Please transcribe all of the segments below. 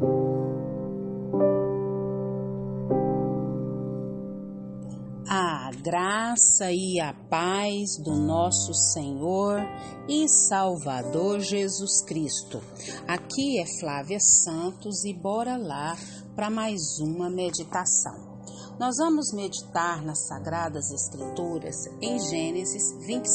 A graça e a paz do nosso Senhor e Salvador Jesus Cristo. Aqui é Flávia Santos e bora lá para mais uma meditação. Nós vamos meditar nas Sagradas Escrituras em Gênesis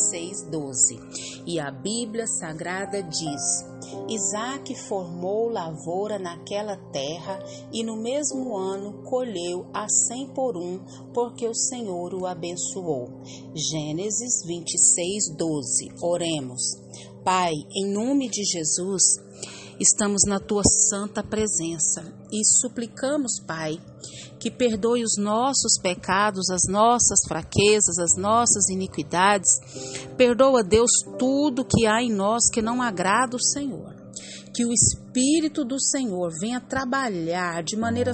26:12. E a Bíblia Sagrada diz: Isaque formou lavoura naquela terra e no mesmo ano colheu a 100 por 1, porque o Senhor o abençoou. Gênesis 26:12. Oremos. Pai, em nome de Jesus, estamos na tua santa presença e suplicamos, Pai, que perdoe os nossos pecados, as nossas fraquezas, as nossas iniquidades. Perdoa, Deus, tudo que há em nós que não agrada o Senhor. Que o Espírito do Senhor venha trabalhar de maneira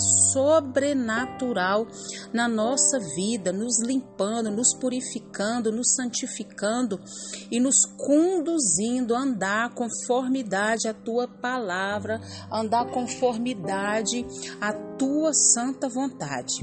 sobrenatural na nossa vida, nos limpando, nos purificando, nos santificando e nos conduzindo a andar conformidade à tua palavra, andar conformidade à tua santa vontade.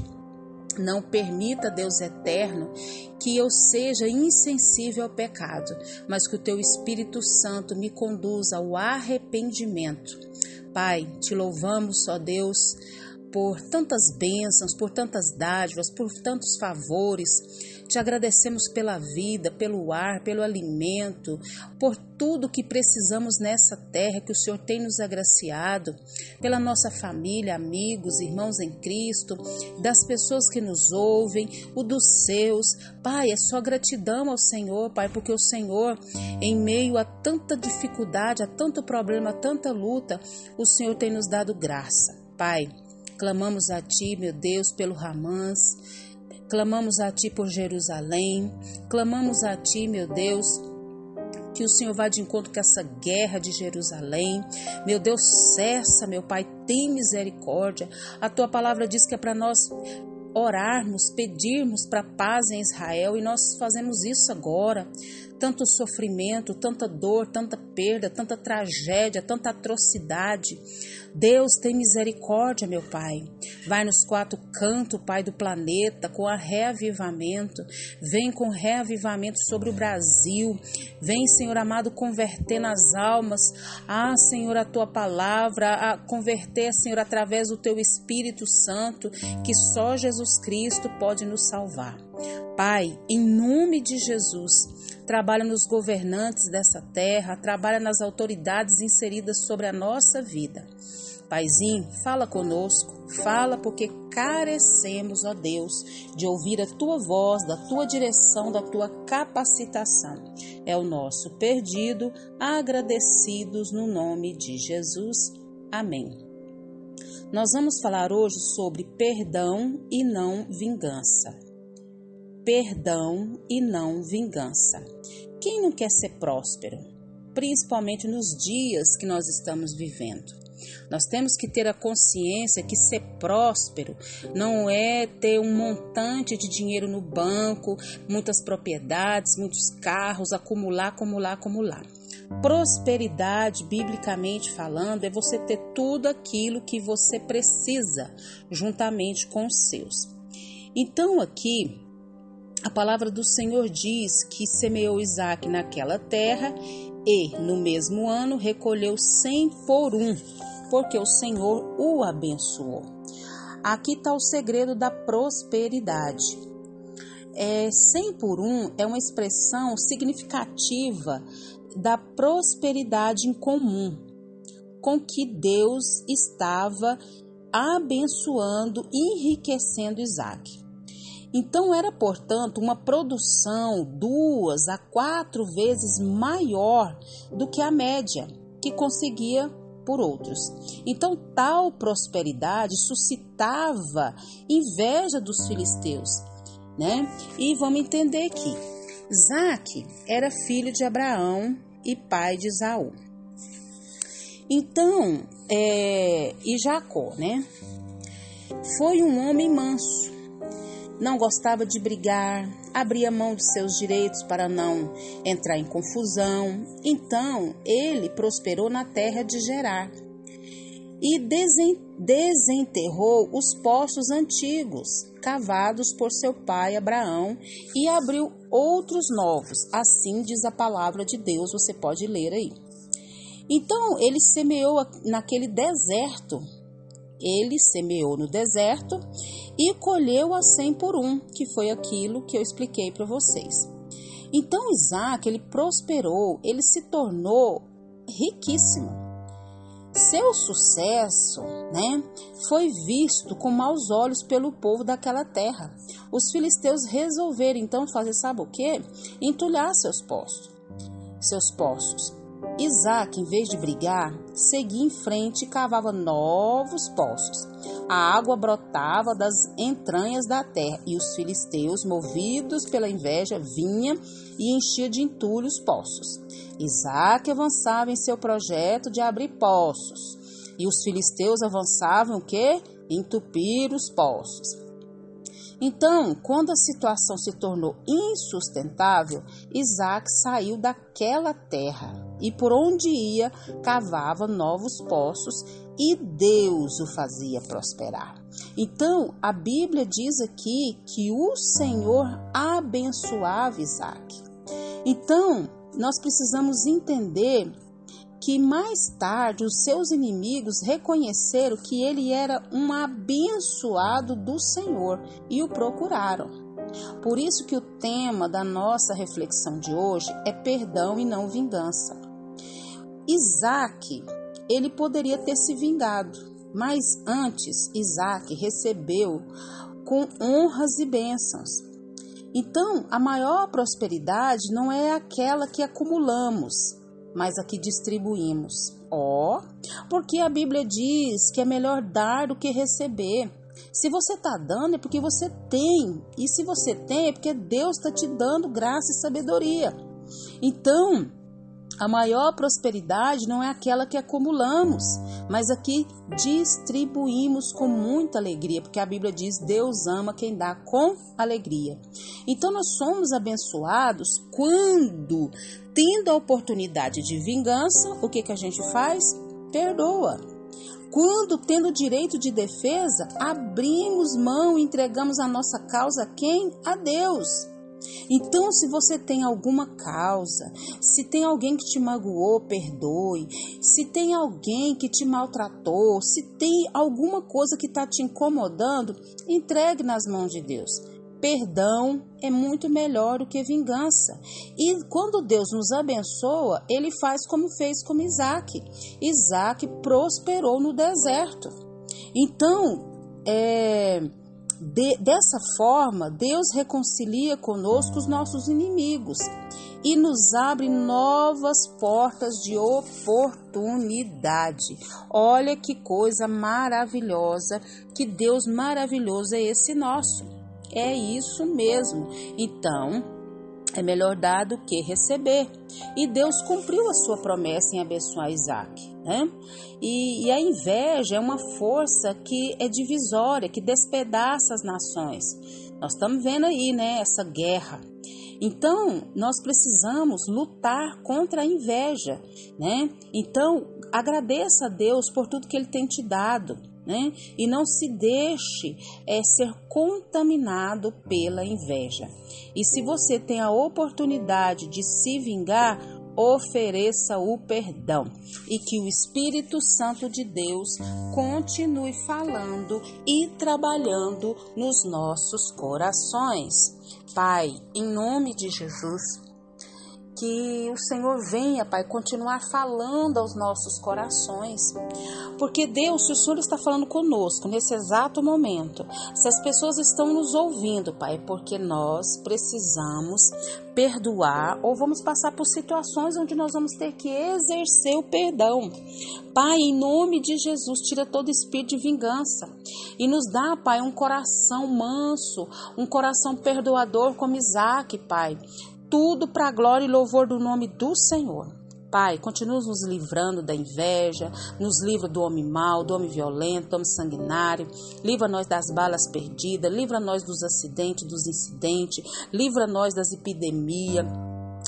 Não permita, Deus eterno, que eu seja insensível ao pecado, mas que o teu Espírito Santo me conduza ao arrependimento. Pai, te louvamos, ó Deus, por tantas bênçãos, por tantas dádivas, por tantos favores. Te agradecemos pela vida, pelo ar, pelo alimento, por tudo que precisamos nessa terra que o Senhor tem nos agraciado, pela nossa família, amigos, irmãos em Cristo, das pessoas que nos ouvem, o dos seus. Pai, é só gratidão ao Senhor, Pai, porque o Senhor, em meio a tanta dificuldade, a tanto problema, a tanta luta, o Senhor tem nos dado graça. Pai, clamamos a Ti, meu Deus, pelo Hamas, clamamos a Ti por Jerusalém, clamamos a Ti, meu Deus, que o Senhor vá de encontro com essa guerra de Jerusalém. Meu Deus, cessa, meu Pai, tem misericórdia. A Tua palavra diz que é para nós orarmos, pedirmos para paz em Israel, e nós fazemos isso agora. Tanto sofrimento, tanta dor, tanta perda, tanta tragédia, tanta atrocidade. Deus, tem misericórdia, meu Pai. Vai nos quatro cantos, Pai, do planeta, com a reavivamento. Vem com reavivamento sobre o Brasil. Vem, Senhor amado, converter nas almas. Senhor, a Tua palavra, a converter, Senhor, através do Teu Espírito Santo, que só Jesus Cristo pode nos salvar. Pai, em nome de Jesus, trabalha nos governantes dessa terra, trabalha nas autoridades inseridas sobre a nossa vida. Paizinho, fala conosco, fala porque carecemos, ó Deus, de ouvir a Tua voz, da Tua direção, da Tua capacitação. É o nosso pedido, agradecidos no nome de Jesus. Amém. Nós vamos falar hoje sobre perdão e não vingança. Perdão e não vingança. Quem não quer ser próspero? Principalmente nos dias que nós estamos vivendo. Nós temos que ter a consciência que ser próspero não é ter um montante de dinheiro no banco, muitas propriedades, muitos carros, acumular. Prosperidade, biblicamente falando, é você ter tudo aquilo que você precisa, juntamente com os seus. Então aqui, a palavra do Senhor diz que semeou Isaque naquela terra e, no mesmo ano, recolheu 100 por 1, porque o Senhor o abençoou. Aqui está o segredo da prosperidade. 100 por 1 é uma expressão significativa da prosperidade em comum, com que Deus estava abençoando e enriquecendo Isaque. Então era, portanto, uma produção 2 a 4 vezes maior do que a média que conseguia por outros. Então tal prosperidade suscitava inveja dos filisteus, né? E vamos entender aqui. Isaque era filho de Abraão e pai de Esaú. Então, e Jacó, né? Foi um homem manso. Não gostava de brigar, abria mão dos seus direitos para não entrar em confusão. Então, ele prosperou na terra de Gerar. e desenterrou os poços antigos, cavados por seu pai Abraão, e abriu outros novos. Assim diz a palavra de Deus, você pode ler aí. Então, ele semeou naquele deserto. Ele semeou no deserto e colheu a 100 por 1, que foi aquilo que eu expliquei para vocês. Então, Isaac, ele prosperou, ele se tornou riquíssimo. Seu sucesso, foi visto com maus olhos pelo povo daquela terra. Os filisteus resolveram então fazer, sabe o quê? Entulhar seus poços. Isaac, em vez de brigar, seguia em frente e cavava novos poços. A água brotava das entranhas da terra e os filisteus, movidos pela inveja, vinha e enchia de entulho os poços. Isaac avançava em seu projeto de abrir poços e os filisteus avançavam o quê? Entupir os poços. Então, quando a situação se tornou insustentável, Isaac saiu daquela terra e por onde ia cavava novos poços e Deus o fazia prosperar. Então, a Bíblia diz aqui que o Senhor abençoava Isaac. Então, nós precisamos entender que mais tarde os seus inimigos reconheceram que ele era um abençoado do Senhor e o procuraram. Por isso que o tema da nossa reflexão de hoje é perdão e não vingança. Isaac, ele poderia ter se vingado, mas antes Isaac recebeu com honras e bênçãos. Então, a maior prosperidade não é aquela que acumulamos, mas a que distribuímos. Porque a Bíblia diz que é melhor dar do que receber. Se você está dando é porque você tem, e se você tem é porque Deus está te dando graça e sabedoria. Então, a maior prosperidade não é aquela que acumulamos, mas a que distribuímos com muita alegria, porque a Bíblia diz: Deus ama quem dá com alegria. Então nós somos abençoados quando, tendo a oportunidade de vingança, o que a gente faz? Perdoa. Quando, tendo direito de defesa, abrimos mão e entregamos a nossa causa a quem? A Deus. Então, se você tem alguma causa, se tem alguém que te magoou, perdoe. Se tem alguém que te maltratou, se tem alguma coisa que está te incomodando, entregue nas mãos de Deus. Perdão é muito melhor do que vingança. E quando Deus nos abençoa, Ele faz como fez com Isaac. Isaac prosperou no deserto. Então, dessa forma, Deus reconcilia conosco os nossos inimigos e nos abre novas portas de oportunidade. Olha que coisa maravilhosa, que Deus maravilhoso é esse nosso. É isso mesmo. Então, é melhor dar do que receber. E Deus cumpriu a sua promessa em abençoar Isaac, E a inveja é uma força que é divisória, que despedaça as nações. Nós estamos vendo aí, essa guerra. Então, nós precisamos lutar contra a inveja, Então, agradeça a Deus por tudo que Ele tem te dado, E não se deixe ser contaminado pela inveja. E se você tem a oportunidade de se vingar, ofereça o perdão. E que o Espírito Santo de Deus continue falando e trabalhando nos nossos corações. Pai, em nome de Jesus, que o Senhor venha, Pai, continuar falando aos nossos corações. Porque Deus, se o Senhor está falando conosco nesse exato momento, se as pessoas estão nos ouvindo, Pai, porque nós precisamos perdoar ou vamos passar por situações onde nós vamos ter que exercer o perdão. Pai, em nome de Jesus, tira todo espírito de vingança e nos dá, Pai, um coração manso, um coração perdoador como Isaac, Pai. Tudo para a glória e louvor do nome do Senhor. Pai, continua nos livrando da inveja, nos livra do homem mau, do homem violento, do homem sanguinário. Livra nós das balas perdidas, livra nós dos acidentes, dos incidentes, livra nós das epidemias.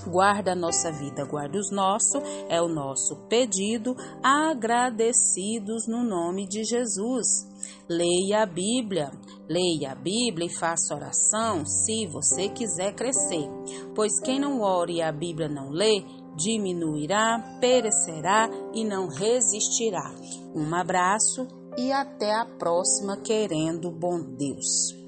Guarda a nossa vida, guarda os nossos, é o nosso pedido, agradecidos no nome de Jesus. Leia a Bíblia e faça oração se você quiser crescer, pois quem não ora e a Bíblia não lê, diminuirá, perecerá e não resistirá. Um abraço e até a próxima, querendo bom Deus.